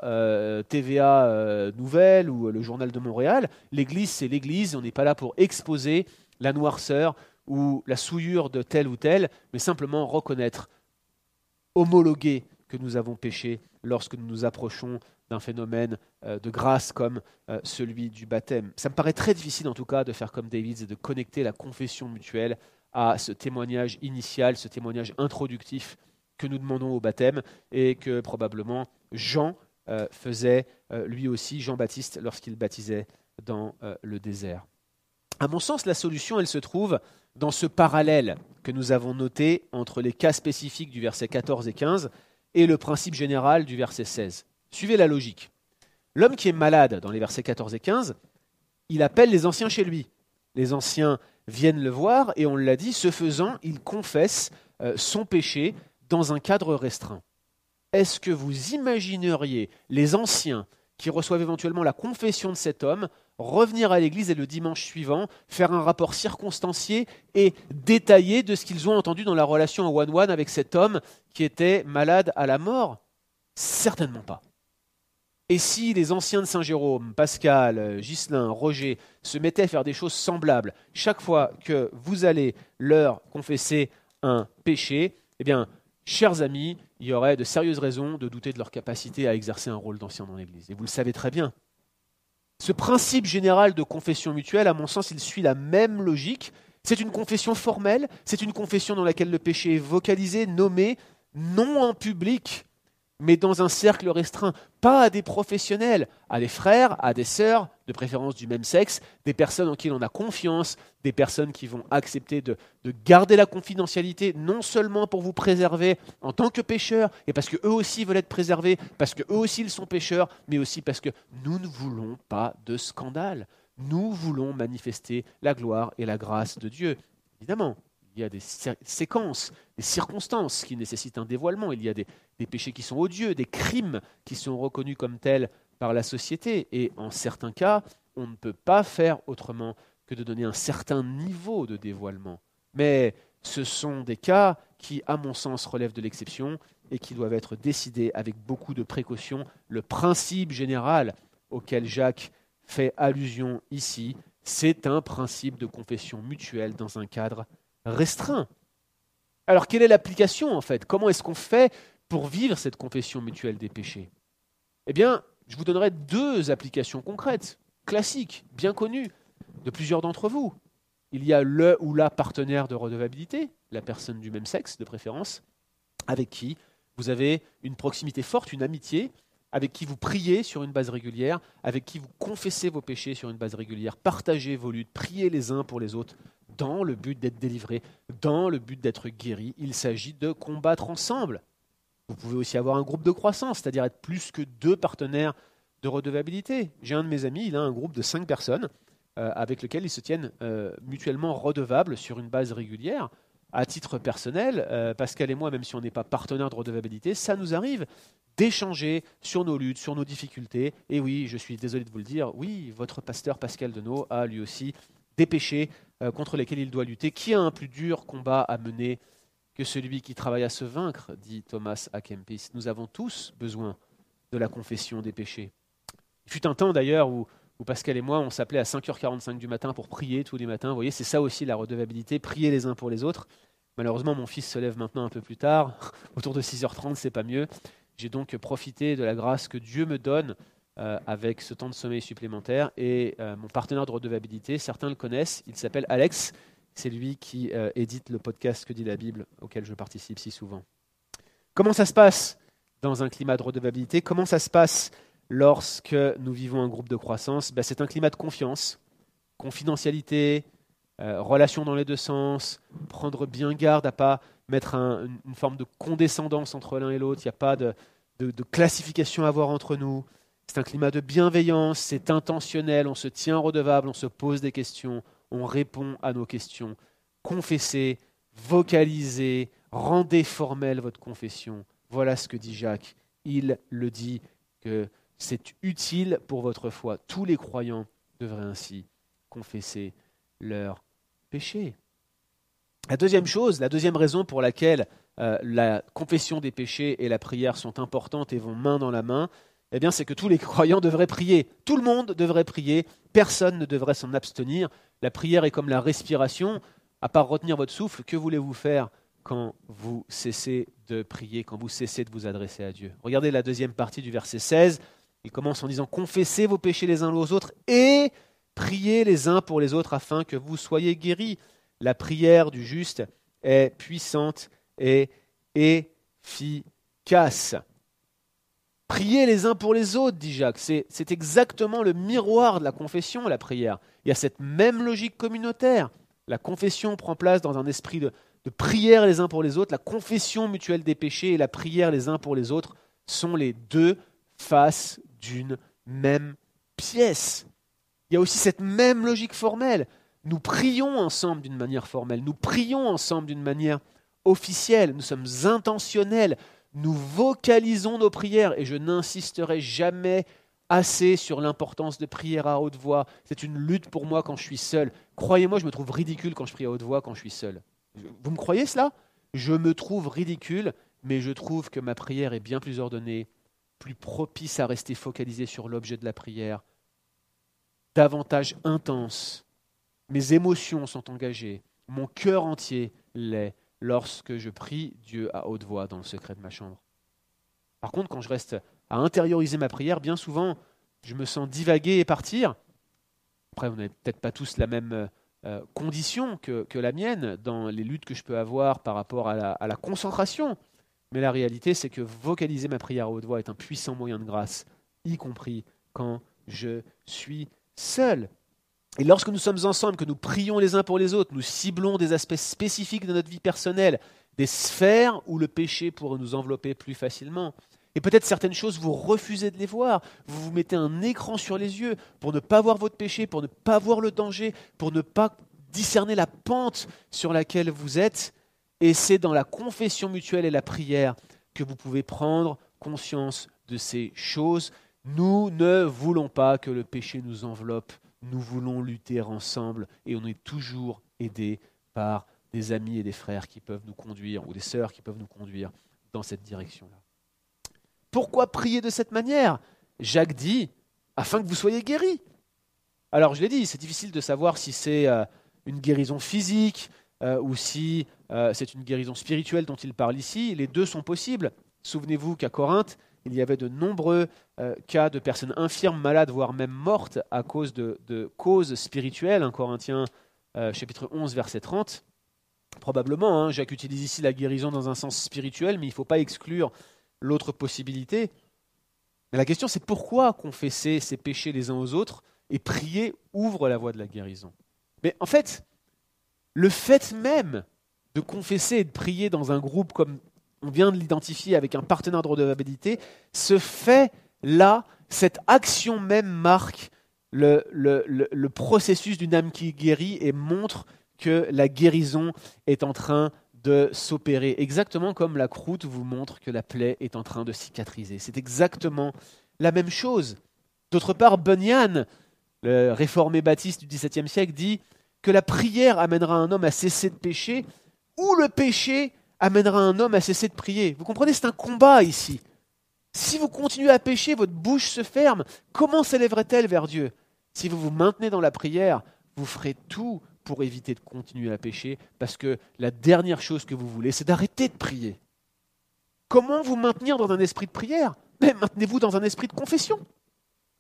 TVA Nouvelle ou le Journal de Montréal. L'Église, c'est l'Église, on n'est pas là pour exposer la noirceur ou la souillure de tel ou tel, mais simplement reconnaître, homologuer que nous avons péché lorsque nous nous approchons d'un phénomène de grâce comme celui du baptême. Ça me paraît très difficile en tout cas de faire comme David et de connecter la confession mutuelle à ce témoignage initial, ce témoignage introductif que nous demandons au baptême et que probablement Jean faisait lui aussi, Jean-Baptiste, lorsqu'il baptisait dans le désert. À mon sens, la solution, elle se trouve dans ce parallèle que nous avons noté entre les cas spécifiques du verset 14 et 15 et le principe général du verset 16. Suivez la logique. L'homme qui est malade dans les versets 14 et 15, il appelle les anciens chez lui. Les anciens viennent le voir et on l'a dit, ce faisant, il confesse son péché dans un cadre restreint. Est-ce que vous imagineriez les anciens qui reçoivent éventuellement la confession de cet homme revenir à l'église et le dimanche suivant faire un rapport circonstancié et détaillé de ce qu'ils ont entendu dans la relation en one-one avec cet homme qui était malade à la mort? Certainement pas. Et si les anciens de Saint-Jérôme, Pascal, Ghislain, Roger, se mettaient à faire des choses semblables chaque fois que vous allez leur confesser un péché, eh bien, chers amis, il y aurait de sérieuses raisons de douter de leur capacité à exercer un rôle d'ancien dans l'Église. Et vous le savez très bien. Ce principe général de confession mutuelle, à mon sens, il suit la même logique. C'est une confession formelle, c'est une confession dans laquelle le péché est vocalisé, nommé, non en public, mais dans un cercle restreint, pas à des professionnels, à des frères, à des sœurs, de préférence du même sexe, des personnes en qui l'on a confiance, des personnes qui vont accepter de garder la confidentialité, non seulement pour vous préserver en tant que pécheurs, et parce qu'eux aussi veulent être préservés, parce qu'eux aussi ils sont pécheurs, mais aussi parce que nous ne voulons pas de scandale. Nous voulons manifester la gloire et la grâce de Dieu. Évidemment, il y a des séquences, des circonstances qui nécessitent un dévoilement. Il y a des péchés qui sont odieux, des crimes qui sont reconnus comme tels par la société. Et en certains cas, on ne peut pas faire autrement que de donner un certain niveau de dévoilement. Mais ce sont des cas qui, à mon sens, relèvent de l'exception et qui doivent être décidés avec beaucoup de précaution. Le principe général auquel Jacques fait allusion ici, c'est un principe de confession mutuelle dans un cadre restreint. Alors, quelle est l'application en fait? Comment est-ce qu'on fait pour vivre cette confession mutuelle des péchés? Eh bien, je vous donnerai deux applications concrètes, classiques, bien connues de plusieurs d'entre vous. Il y a le ou la partenaire de redevabilité, la personne du même sexe de préférence, avec qui vous avez une proximité forte, une amitié, avec qui vous priez sur une base régulière, avec qui vous confessez vos péchés sur une base régulière, partagez vos luttes, priez les uns pour les autres, dans le but d'être délivrés, dans le but d'être guéris. Il s'agit de combattre ensemble. Vous pouvez aussi avoir un groupe de croissance, c'est-à-dire être plus que deux partenaires de redevabilité. J'ai un de mes amis, il a un groupe de 5 personnes avec lequel ils se tiennent mutuellement redevables sur une base régulière. À titre personnel, Pascal et moi, même si on n'est pas partenaires de redevabilité, ça nous arrive d'échanger sur nos luttes, sur nos difficultés. Et oui, je suis désolé de vous le dire, oui, votre pasteur Pascal Denot a lui aussi des péchés contre lesquels il doit lutter. Qui a un plus dur combat à mener que celui qui travaille à se vaincre, dit Thomas à Kempis. Nous avons tous besoin de la confession des péchés. Il fut un temps d'ailleurs où Pascal et moi, on s'appelait à 5h45 du matin pour prier tous les matins. Vous voyez, c'est ça aussi la redevabilité, prier les uns pour les autres. Malheureusement, mon fils se lève maintenant un peu plus tard, autour de 6h30, c'est pas mieux. J'ai donc profité de la grâce que Dieu me donne avec ce temps de sommeil supplémentaire. Et mon partenaire de redevabilité, certains le connaissent, il s'appelle Alex. C'est lui qui édite le podcast Que dit la Bible, auquel je participe si souvent. Comment ça se passe dans un climat de redevabilité? Comment ça se passe lorsque nous vivons un groupe de croissance? C'est un climat de confiance, confidentialité, relation dans les deux sens, prendre bien garde à ne pas mettre une forme de condescendance entre l'un et l'autre. Il n'y a pas de classification à avoir entre nous. C'est un climat de bienveillance, c'est intentionnel, on se tient redevable, on se pose des questions, on répond à nos questions. Confessez, vocalisez, rendez formelle votre confession. Voilà ce que dit Jacques. Il le dit que c'est utile pour votre foi. Tous les croyants devraient ainsi confesser leurs péchés. La deuxième raison pour laquelle la confession des péchés et la prière sont importantes et vont main dans la main, c'est que tous les croyants devraient prier. Tout le monde devrait prier. Personne ne devrait s'en abstenir. La prière est comme la respiration. À part retenir votre souffle, que voulez-vous faire quand vous cessez de prier, quand vous cessez de vous adresser à Dieu? Regardez la deuxième partie du verset 16. Il commence en disant « Confessez vos péchés les uns aux autres et priez les uns pour les autres afin que vous soyez guéris. » La prière du juste est puissante et efficace. Priez les uns pour les autres, dit Jacques. C'est exactement le miroir de la confession, la prière. Il y a cette même logique communautaire. La confession prend place dans un esprit de prière les uns pour les autres. La confession mutuelle des péchés et la prière les uns pour les autres sont les deux faces d'une même pièce. Il y a aussi cette même logique formelle. Nous prions ensemble d'une manière formelle. Nous prions ensemble d'une manière officielle. Nous sommes intentionnels. Nous vocalisons nos prières et je n'insisterai jamais assez sur l'importance de prier à haute voix. C'est une lutte pour moi quand je suis seul. Croyez-moi, je me trouve ridicule quand je prie à haute voix quand je suis seul. Vous me croyez cela? Je me trouve ridicule, mais je trouve que ma prière est bien plus ordonnée, plus propice à rester focalisé sur l'objet de la prière, davantage intense. Mes émotions sont engagées, mon cœur entier l'est lorsque je prie Dieu à haute voix dans le secret de ma chambre. Par contre, quand je reste à intérioriser ma prière, bien souvent, je me sens divaguer et partir. Après, vous n'avez peut-être pas tous la même condition que la mienne dans les luttes que je peux avoir par rapport à la concentration. Mais la réalité, c'est que vocaliser ma prière à haute voix est un puissant moyen de grâce, y compris quand je suis seul. Et lorsque nous sommes ensemble, que nous prions les uns pour les autres, nous ciblons des aspects spécifiques de notre vie personnelle, des sphères où le péché pourrait nous envelopper plus facilement. Et peut-être certaines choses, vous refusez de les voir. Vous vous mettez un écran sur les yeux pour ne pas voir votre péché, pour ne pas voir le danger, pour ne pas discerner la pente sur laquelle vous êtes. Et c'est dans la confession mutuelle et la prière que vous pouvez prendre conscience de ces choses. Nous ne voulons pas que le péché nous enveloppe. Nous voulons lutter ensemble et on est toujours aidé par des amis et des frères qui peuvent nous conduire ou des sœurs qui peuvent nous conduire dans cette direction-là. Pourquoi prier de cette manière? Jacques dit, afin que vous soyez guéris. Alors je l'ai dit, c'est difficile de savoir si c'est une guérison physique ou si c'est une guérison spirituelle dont il parle ici. Les deux sont possibles. Souvenez-vous qu'à Corinthe, il y avait de nombreux cas de personnes infirmes, malades, voire même mortes à cause de causes spirituelles. 1 Corinthiens chapitre 11, verset 30. Probablement, Jacques utilise ici la guérison dans un sens spirituel, mais il ne faut pas exclure l'autre possibilité. Mais la question, c'est pourquoi confesser ses péchés les uns aux autres et prier ouvre la voie de la guérison. Mais en fait, le fait même de confesser et de prier dans un groupe comme on vient de l'identifier avec un partenaire de redevabilité, ce fait-là, cette action même marque le processus d'une âme qui guérit et montre que la guérison est en train de s'opérer, exactement comme la croûte vous montre que la plaie est en train de cicatriser. C'est exactement la même chose. D'autre part, Bunyan, le réformé baptiste du XVIIe siècle, dit que la prière amènera un homme à cesser de pécher ou le péché amènera un homme à cesser de prier. Vous comprenez, c'est un combat ici. Si vous continuez à pécher, votre bouche se ferme. Comment s'élèverait-elle vers Dieu? Si vous vous maintenez dans la prière, vous ferez tout pour éviter de continuer à pécher, parce que la dernière chose que vous voulez, c'est d'arrêter de prier. Comment vous maintenir dans un esprit de prière? Mais maintenez-vous dans un esprit de confession.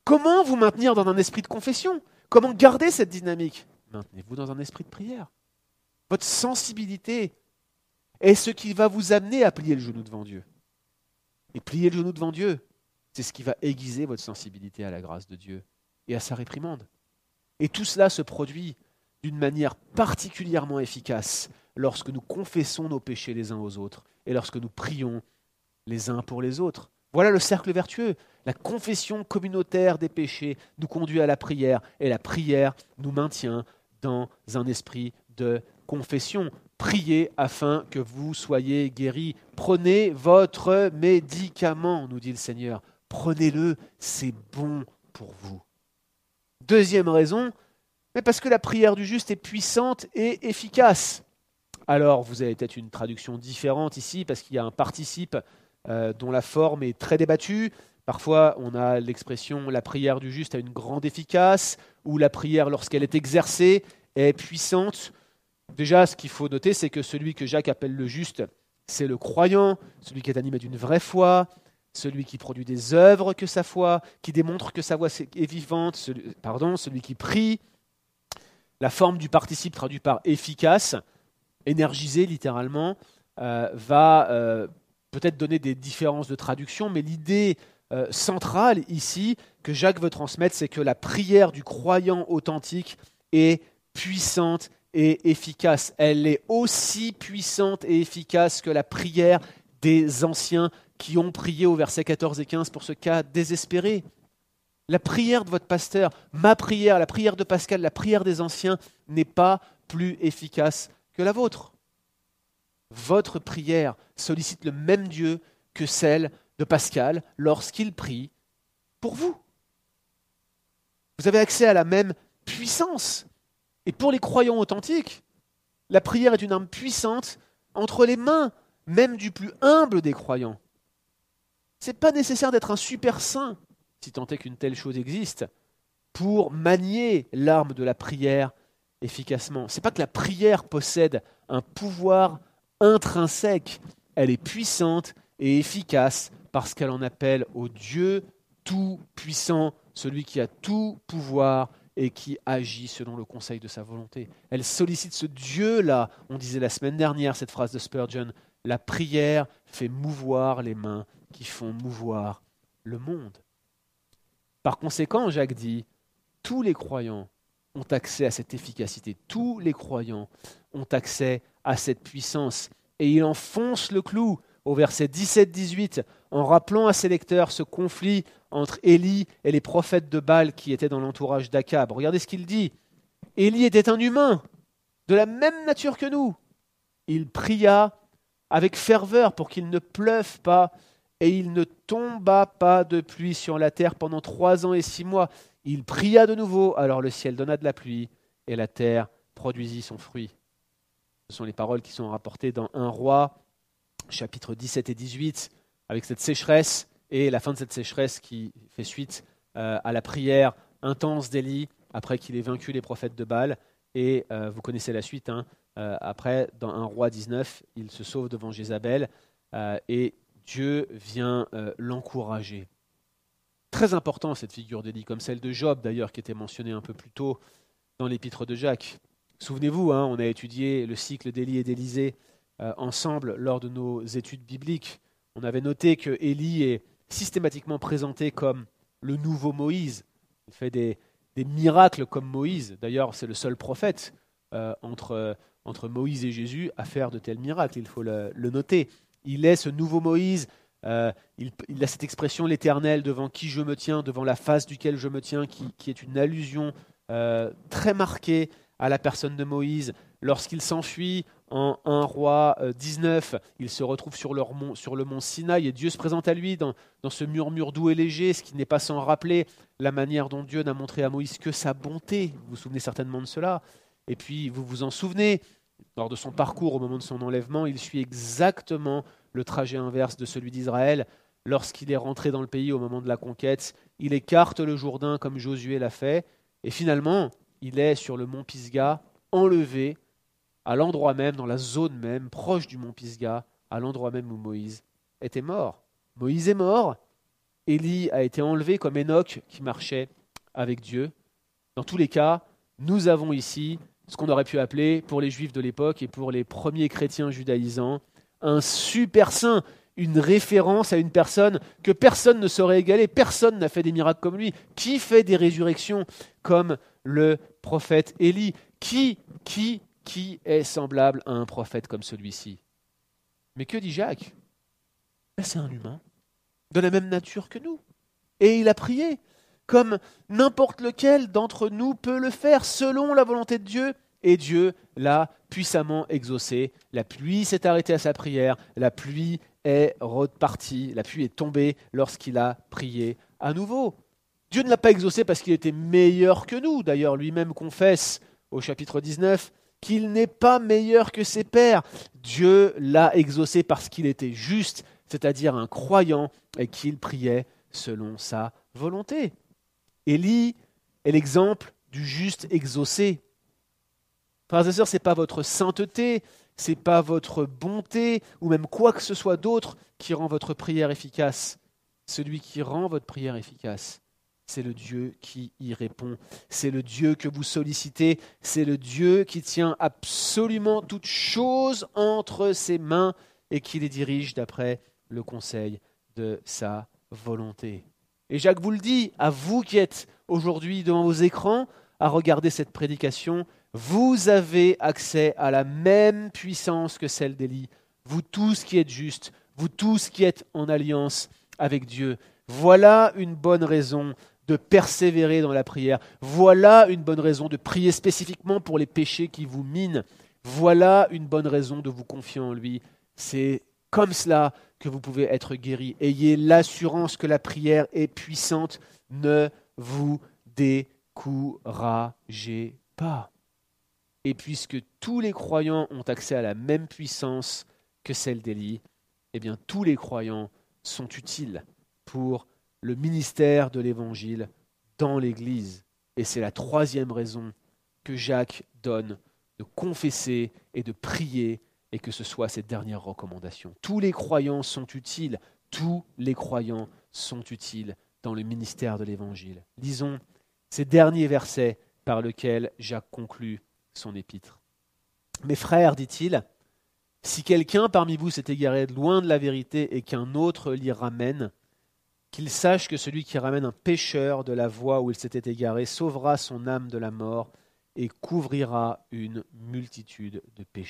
Comment vous maintenir dans un esprit de confession? Comment garder cette dynamique? Maintenez-vous dans un esprit de prière. Votre sensibilité est ce qui va vous amener à plier le genou devant Dieu. Et plier le genou devant Dieu, c'est ce qui va aiguiser votre sensibilité à la grâce de Dieu et à sa réprimande. Et tout cela se produit d'une manière particulièrement efficace lorsque nous confessons nos péchés les uns aux autres et lorsque nous prions les uns pour les autres. Voilà le cercle vertueux. La confession communautaire des péchés nous conduit à la prière et la prière nous maintient dans un esprit de confession. Priez afin que vous soyez guéris. Prenez votre médicament, nous dit le Seigneur. Prenez-le, c'est bon pour vous. Deuxième raison, mais parce que la prière du juste est puissante et efficace. Alors, vous avez peut-être une traduction différente ici, parce qu'il y a un participe dont la forme est très débattue. Parfois, on a l'expression « la prière du juste a une grande efficace » ou « la prière, lorsqu'elle est exercée, est puissante ». Déjà, ce qu'il faut noter, c'est que celui que Jacques appelle le juste, c'est le croyant, celui qui est animé d'une vraie foi, celui qui produit des œuvres que sa foi, qui démontre que sa foi est vivante, celui qui prie. La forme du participe traduit par efficace, énergisé littéralement, va peut-être donner des différences de traduction, mais l'idée centrale ici que Jacques veut transmettre, c'est que la prière du croyant authentique est puissante et efficace. Elle est aussi puissante et efficace que la prière des anciens qui ont prié au verset 14 et 15 pour ce cas désespéré. La prière de votre pasteur, ma prière, la prière de Pascal, la prière des anciens n'est pas plus efficace que la vôtre. Votre prière sollicite le même Dieu que celle de Pascal lorsqu'il prie pour vous. Vous avez accès à la même puissance. Et pour les croyants authentiques, la prière est une arme puissante entre les mains, même du plus humble des croyants. Ce n'est pas nécessaire d'être un super saint, si tant est qu'une telle chose existe, pour manier l'arme de la prière efficacement. Ce n'est pas que la prière possède un pouvoir intrinsèque, elle est puissante et efficace parce qu'elle en appelle au Dieu tout-puissant, celui qui a tout pouvoir et qui agit selon le conseil de sa volonté. Elle sollicite ce Dieu-là. On disait la semaine dernière cette phrase de Spurgeon, la prière fait mouvoir les mains qui font mouvoir le monde. Par conséquent, Jacques dit, tous les croyants ont accès à cette efficacité, tous les croyants ont accès à cette puissance. Et il enfonce le clou au verset 17-18 en rappelant à ses lecteurs ce conflit entre Élie et les prophètes de Baal qui étaient dans l'entourage d'Akab. Regardez ce qu'il dit. Élie était un humain de la même nature que nous. Il pria avec ferveur pour qu'il ne pleuve pas et il ne tomba pas de pluie sur la terre pendant 3 ans et 6 mois. Il pria de nouveau, alors le ciel donna de la pluie et la terre produisit son fruit. Ce sont les paroles qui sont rapportées dans 1 Roi, chapitres 17 et 18, avec cette sécheresse et la fin de cette sécheresse qui fait suite à la prière intense d'Élie après qu'il ait vaincu les prophètes de Baal. Et vous connaissez la suite. Après, dans 1 Roi 19, il se sauve devant Jézabel et Dieu vient l'encourager. Très important cette figure d'Élie, comme celle de Job d'ailleurs, qui était mentionnée un peu plus tôt dans l'épître de Jacques. Souvenez-vous, on a étudié le cycle d'Élie et d'Élisée ensemble lors de nos études bibliques. On avait noté que Élie est systématiquement présenté comme le nouveau Moïse. Il fait des miracles comme Moïse. D'ailleurs, c'est le seul prophète entre Moïse et Jésus à faire de tels miracles, il faut le noter. Il est ce nouveau Moïse. Il a cette expression, l'Éternel, devant qui je me tiens, devant la face duquel je me tiens, qui est une allusion très marquée à la personne de Moïse. Lorsqu'il s'enfuit en 1 Roi 19, il se retrouve sur le mont Sinaï et Dieu se présente à lui dans ce murmure doux et léger, ce qui n'est pas sans rappeler la manière dont Dieu n'a montré à Moïse que sa bonté. Vous vous souvenez certainement de cela. Et puis, vous vous en souvenez, lors de son parcours au moment de son enlèvement, il suit exactement le trajet inverse de celui d'Israël. Lorsqu'il est rentré dans le pays au moment de la conquête, il écarte le Jourdain comme Josué l'a fait. Et finalement, il est sur le mont Pisga, enlevé à l'endroit même, dans la zone même, proche du mont Pisga, à l'endroit même où Moïse était mort. Moïse est mort Élie a été enlevé comme Enoch qui marchait avec Dieu. Dans tous les cas, nous avons ici ce qu'on aurait pu appeler, pour les Juifs de l'époque et pour les premiers chrétiens judaïsants, un super saint, une référence à une personne que personne ne saurait égaler, personne n'a fait des miracles comme lui. Qui fait des résurrections comme le prophète Élie? Qui est semblable à un prophète comme celui-ci? Mais que dit Jacques? C'est un humain, de la même nature que nous. Et il a prié, comme n'importe lequel d'entre nous peut le faire, selon la volonté de Dieu. Et Dieu l'a puissamment exaucé. La pluie s'est arrêtée à sa prière, la pluie est repartie, la pluie est tombée lorsqu'il a prié à nouveau. Dieu ne l'a pas exaucé parce qu'il était meilleur que nous. D'ailleurs, lui-même confesse au chapitre 19 qu'il n'est pas meilleur que ses pères. Dieu l'a exaucé parce qu'il était juste, c'est-à-dire un croyant, et qu'il priait selon sa volonté. Élie est l'exemple du juste exaucé. Frères et sœurs, ce n'est pas votre sainteté, ce n'est pas votre bonté, ou même quoi que ce soit d'autre qui rend votre prière efficace. Celui qui rend votre prière efficace, c'est le Dieu qui y répond. C'est le Dieu que vous sollicitez. C'est le Dieu qui tient absolument toutes choses entre ses mains et qui les dirige d'après le conseil de sa volonté. Et Jacques vous le dit, à vous qui êtes aujourd'hui devant vos écrans à regarder cette prédication, vous avez accès à la même puissance que celle d'Élie. Vous tous qui êtes justes, vous tous qui êtes en alliance avec Dieu. Voilà une bonne raison de persévérer dans la prière. Voilà une bonne raison de prier spécifiquement pour les péchés qui vous minent. Voilà une bonne raison de vous confier en lui. C'est comme cela que vous pouvez être guéris. Ayez l'assurance que la prière est puissante. Ne vous découragez pas. Et puisque tous les croyants ont accès à la même puissance que celle d'Élie, eh bien tous les croyants sont utiles pour le ministère de l'Évangile dans l'Église. Et c'est la troisième raison que Jacques donne de confesser et de prier, et que ce soit cette dernière recommandation. Tous les croyants sont utiles, tous les croyants sont utiles dans le ministère de l'Évangile. Lisons ces derniers versets par lesquels Jacques conclut son épître. « Mes frères, dit-il, si quelqu'un parmi vous s'est égaré loin de la vérité et qu'un autre l'y ramène, qu'il sache que celui qui ramène un pécheur de la voie où il s'était égaré sauvera son âme de la mort et couvrira une multitude de péchés. »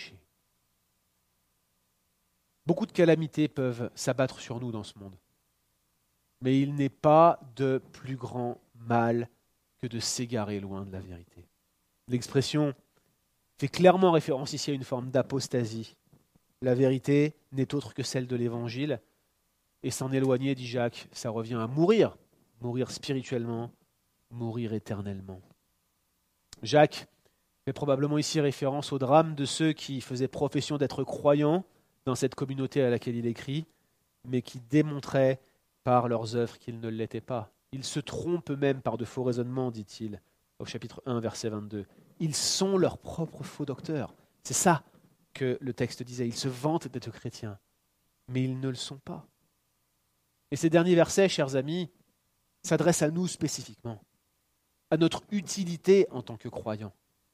Beaucoup de calamités peuvent s'abattre sur nous dans ce monde, mais il n'est pas de plus grand mal que de s'égarer loin de la vérité. L'expression fait clairement référence ici à une forme d'apostasie. La vérité n'est autre que celle de l'Évangile, et s'en éloigner, dit Jacques, ça revient à mourir spirituellement, mourir éternellement. Jacques fait probablement ici référence au drame de ceux qui faisaient profession d'être croyants dans cette communauté à laquelle il écrit, mais qui démontraient par leurs œuvres qu'ils ne l'étaient pas. Ils se trompent eux-mêmes par de faux raisonnements, dit-il, au chapitre 1, verset 22. Ils sont leurs propres faux docteurs. C'est ça que le texte disait. Ils se vantent d'être chrétiens, mais ils ne le sont pas. Et ces derniers versets, chers amis, s'adressent à nous spécifiquement, à notre utilité en tant que croyants,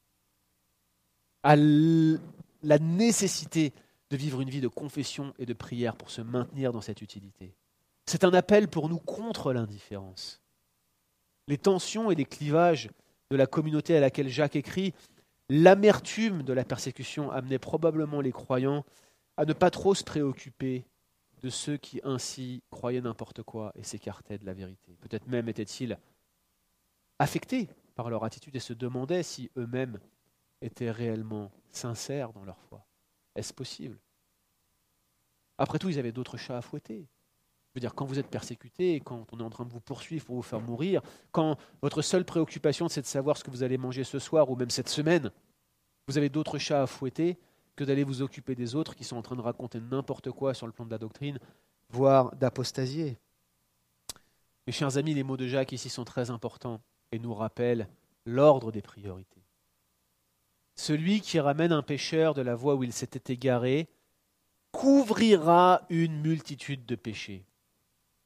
à la nécessité de vivre une vie de confession et de prière pour se maintenir dans cette utilité. C'est un appel pour nous contre l'indifférence. Les tensions et les clivages de la communauté à laquelle Jacques écrit, l'amertume de la persécution amenait probablement les croyants à ne pas trop se préoccuper de ceux qui ainsi croyaient n'importe quoi et s'écartaient de la vérité. Peut-être même étaient-ils affectés par leur attitude et se demandaient si eux-mêmes étaient réellement sincères dans leur foi. Est-ce possible ? Après tout, ils avaient d'autres chats à fouetter. Je veux dire, quand vous êtes persécuté, quand on est en train de vous poursuivre pour vous faire mourir, quand votre seule préoccupation c'est de savoir ce que vous allez manger ce soir ou même cette semaine, vous avez d'autres chats à fouetter que d'aller vous occuper des autres qui sont en train de raconter n'importe quoi sur le plan de la doctrine, voire d'apostasier. Mes chers amis, les mots de Jacques ici sont très importants et nous rappellent l'ordre des priorités. Celui qui ramène un pécheur de la voie où il s'était égaré couvrira une multitude de péchés.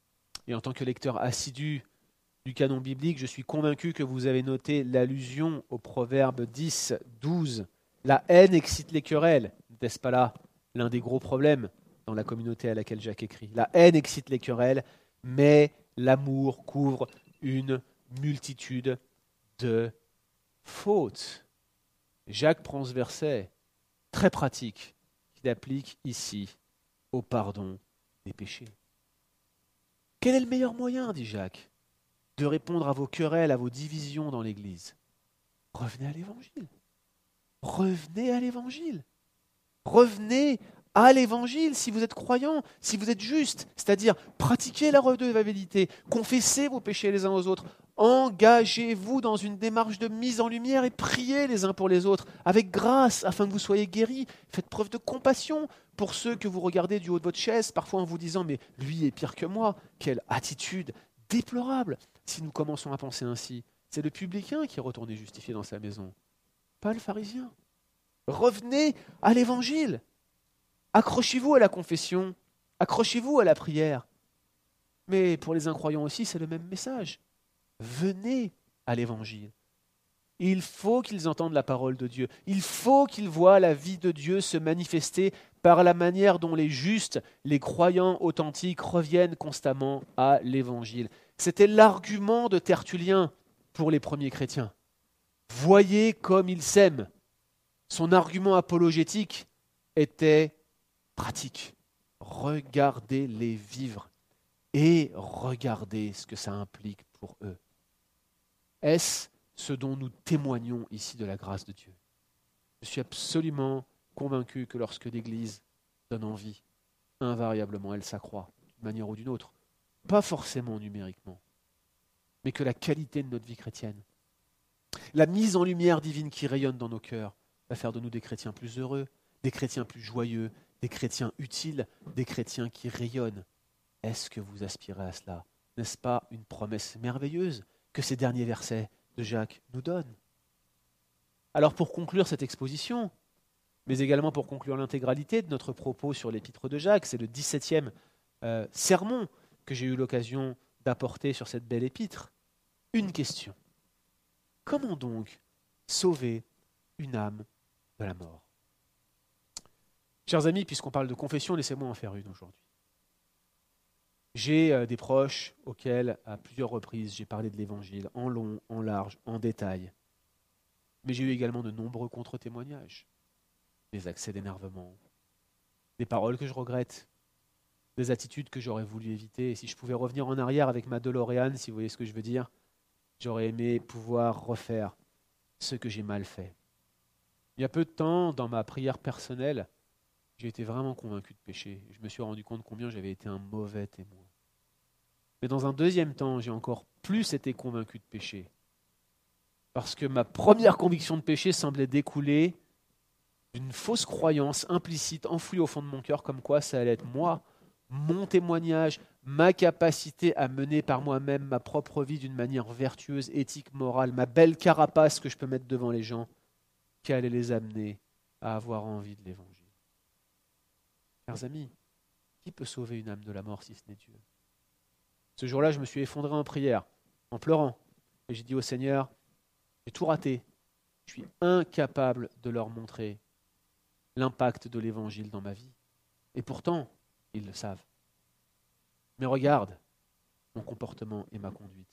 Et en tant que lecteur assidu du canon biblique, je suis convaincu que vous avez noté l'allusion au proverbe 10, 12. La haine excite les querelles. N'est-ce pas là l'un des gros problèmes dans la communauté à laquelle Jacques écrit? La haine excite les querelles, mais l'amour couvre une multitude de fautes. Jacques prend ce verset très pratique qu'il applique ici au pardon des péchés. Quel est le meilleur moyen, dit Jacques, de répondre à vos querelles, à vos divisions dans l'Église? Revenez à l'Évangile. Revenez à l'Évangile. Revenez à l'Évangile si vous êtes croyant, si vous êtes juste, c'est-à-dire pratiquez la redevabilité, confessez vos péchés les uns aux autres, engagez-vous dans une démarche de mise en lumière et priez les uns pour les autres avec grâce afin que vous soyez guéris. Faites preuve de compassion pour ceux que vous regardez du haut de votre chaise, parfois en vous disant « mais lui est pire que moi ». Quelle attitude déplorable si nous commençons à penser ainsi. C'est le publicain qui est retourné justifié dans sa maison, pas le pharisien. Revenez à l'Évangile. Accrochez-vous à la confession, accrochez-vous à la prière. Mais pour les incroyants aussi, c'est le même message. Venez à l'Évangile. Il faut qu'ils entendent la parole de Dieu. Il faut qu'ils voient la vie de Dieu se manifester par la manière dont les justes, les croyants authentiques reviennent constamment à l'Évangile. C'était l'argument de Tertullien pour les premiers chrétiens. Voyez comme ils s'aiment. Son argument apologétique était pratique. Regardez-les vivre et regardez ce que ça implique pour eux. Est-ce ce dont nous témoignons ici de la grâce de Dieu? Je suis absolument convaincu que lorsque l'Église donne envie, invariablement elle s'accroît d'une manière ou d'une autre. Pas forcément numériquement, mais que la qualité de notre vie chrétienne, la mise en lumière divine qui rayonne dans nos cœurs, va faire de nous des chrétiens plus heureux, des chrétiens plus joyeux, des chrétiens utiles, des chrétiens qui rayonnent. Est-ce que vous aspirez à cela? N'est-ce pas une promesse merveilleuse que ces derniers versets de Jacques nous donnent? Alors pour conclure cette exposition, mais également pour conclure l'intégralité de notre propos sur l'épître de Jacques, c'est le 17e sermon que j'ai eu l'occasion d'apporter sur cette belle épître. Une question. Comment donc sauver une âme de la mort? Chers amis, puisqu'on parle de confession, laissez-moi en faire une aujourd'hui. J'ai des proches auxquels, à plusieurs reprises, j'ai parlé de l'Évangile, en long, en large, en détail. Mais j'ai eu également de nombreux contre-témoignages, des accès d'énervement, des paroles que je regrette, des attitudes que j'aurais voulu éviter. Et si je pouvais revenir en arrière avec ma DeLorean, si vous voyez ce que je veux dire, j'aurais aimé pouvoir refaire ce que j'ai mal fait. Il y a peu de temps, dans ma prière personnelle, j'ai été vraiment convaincu de péché. Je me suis rendu compte combien j'avais été un mauvais témoin. Mais dans un deuxième temps, j'ai encore plus été convaincu de péché. Parce que ma première conviction de péché semblait découler d'une fausse croyance implicite, enfouie au fond de mon cœur, comme quoi ça allait être moi, mon témoignage, ma capacité à mener par moi-même ma propre vie d'une manière vertueuse, éthique, morale, ma belle carapace que je peux mettre devant les gens, qui allait les amener à avoir envie de l'Évangile. Chers amis, qui peut sauver une âme de la mort si ce n'est Dieu? Ce jour-là, je me suis effondré en prière, en pleurant, et j'ai dit au Seigneur, j'ai tout raté, je suis incapable de leur montrer l'impact de l'Évangile dans ma vie. Et pourtant, ils le savent. Mais regarde mon comportement et ma conduite.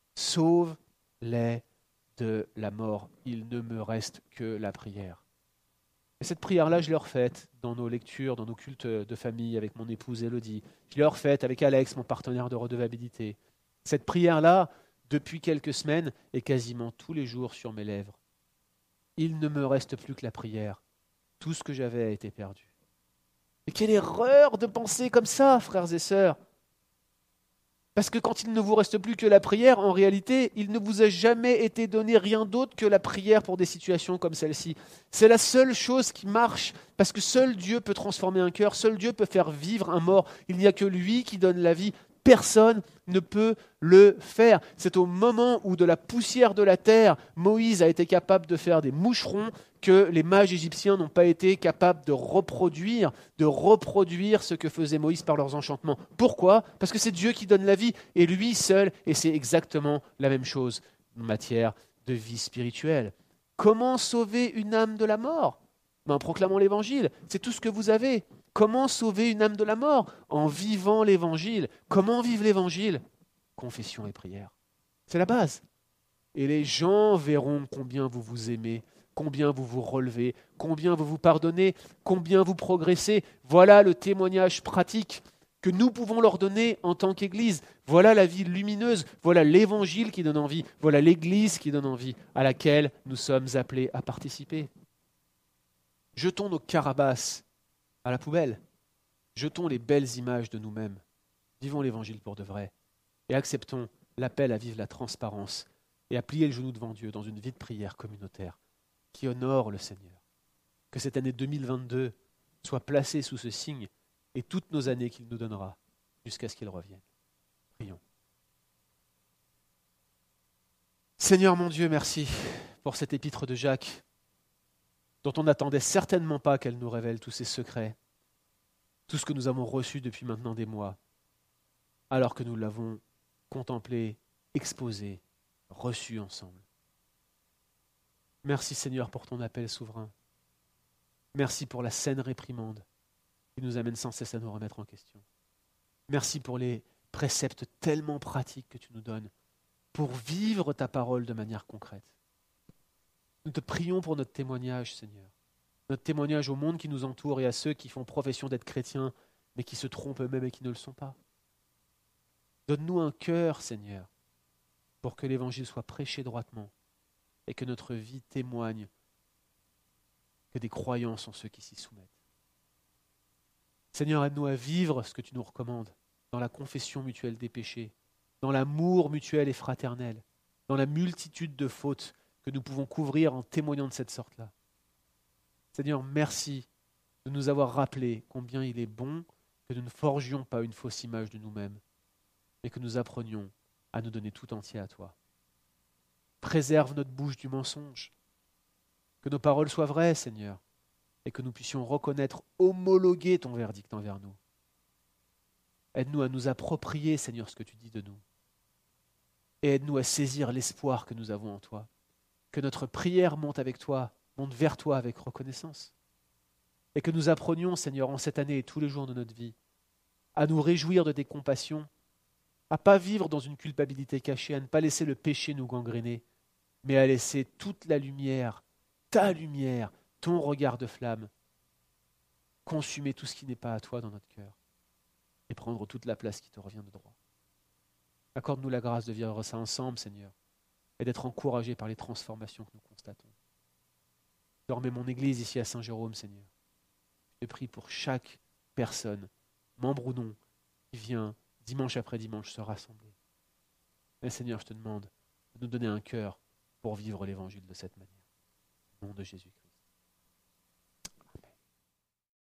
Sauve-les de la mort. Il ne me reste que la prière. Et cette prière-là, je l'ai refaite dans nos lectures, dans nos cultes de famille avec mon épouse Élodie. Je l'ai refaite avec Alex, mon partenaire de redevabilité. Cette prière-là, depuis quelques semaines, est quasiment tous les jours sur mes lèvres. Il ne me reste plus que la prière. Tout ce que j'avais a été perdu. Mais quelle erreur de penser comme ça, frères et sœurs! Parce que quand il ne vous reste plus que la prière, en réalité, il ne vous a jamais été donné rien d'autre que la prière pour des situations comme celle-ci. C'est la seule chose qui marche, parce que seul Dieu peut transformer un cœur, seul Dieu peut faire vivre un mort. Il n'y a que lui qui donne la vie. Personne ne peut le faire. C'est au moment où de la poussière de la terre, Moïse a été capable de faire des moucherons que les mages égyptiens n'ont pas été capables de reproduire ce que faisait Moïse par leurs enchantements. Pourquoi ? Parce que c'est Dieu qui donne la vie, et lui seul, et c'est exactement la même chose en matière de vie spirituelle. Comment sauver une âme de la mort ? En proclamant l'évangile, c'est tout ce que vous avez. Comment sauver une âme de la mort ? En vivant l'évangile. Comment vivre l'évangile ? Confession et prière. C'est la base. Et les gens verront combien vous vous aimez, combien vous vous relevez, combien vous vous pardonnez, combien vous progressez. Voilà le témoignage pratique que nous pouvons leur donner en tant qu'Église. Voilà la vie lumineuse, voilà l'Évangile qui donne envie, voilà l'Église qui donne envie, à laquelle nous sommes appelés à participer. Jetons nos carabasses à la poubelle. Jetons les belles images de nous-mêmes. Vivons l'Évangile pour de vrai et acceptons l'appel à vivre la transparence et à plier le genou devant Dieu dans une vie de prière communautaire qui honore le Seigneur. Que cette année 2022 soit placée sous ce signe et toutes nos années qu'il nous donnera jusqu'à ce qu'il revienne. Prions. Seigneur mon Dieu, merci pour cette épître de Jacques dont on n'attendait certainement pas qu'elle nous révèle tous ses secrets, tout ce que nous avons reçu depuis maintenant des mois, alors que nous l'avons contemplé, exposé, reçu ensemble. Merci Seigneur pour ton appel souverain. Merci pour la saine réprimande qui nous amène sans cesse à nous remettre en question. Merci pour les préceptes tellement pratiques que tu nous donnes pour vivre ta parole de manière concrète. Nous te prions pour notre témoignage, Seigneur. Notre témoignage au monde qui nous entoure et à ceux qui font profession d'être chrétiens, mais qui se trompent eux-mêmes et qui ne le sont pas. Donne-nous un cœur, Seigneur, pour que l'Évangile soit prêché droitement et que notre vie témoigne que des croyants sont ceux qui s'y soumettent. Seigneur, aide-nous à vivre ce que tu nous recommandes dans la confession mutuelle des péchés, dans l'amour mutuel et fraternel, dans la multitude de fautes que nous pouvons couvrir en témoignant de cette sorte-là. Seigneur, merci de nous avoir rappelé combien il est bon que nous ne forgions pas une fausse image de nous-mêmes, mais que nous apprenions à nous donner tout entier à toi. Préserve notre bouche du mensonge, que nos paroles soient vraies, Seigneur, et que nous puissions reconnaître, homologuer ton verdict envers nous. Aide-nous à nous approprier, Seigneur, ce que tu dis de nous. Et aide-nous à saisir l'espoir que nous avons en toi. Que notre prière monte vers toi avec reconnaissance. Et que nous apprenions, Seigneur, en cette année et tous les jours de notre vie, à nous réjouir de tes compassions, à ne pas vivre dans une culpabilité cachée, à ne pas laisser le péché nous gangréner, mais à laisser toute la lumière, ta lumière, ton regard de flamme, consumer tout ce qui n'est pas à toi dans notre cœur et prendre toute la place qui te revient de droit. Accorde-nous la grâce de vivre ça ensemble, Seigneur, et d'être encouragés par les transformations que nous constatons. Je remets mon Église ici à Saint-Jérôme, Seigneur. Je te prie pour chaque personne, membre ou non, qui vient dimanche après dimanche se rassembler. Mais Seigneur, je te demande de nous donner un cœur pour vivre l'Évangile de cette manière. Au nom de Jésus-Christ.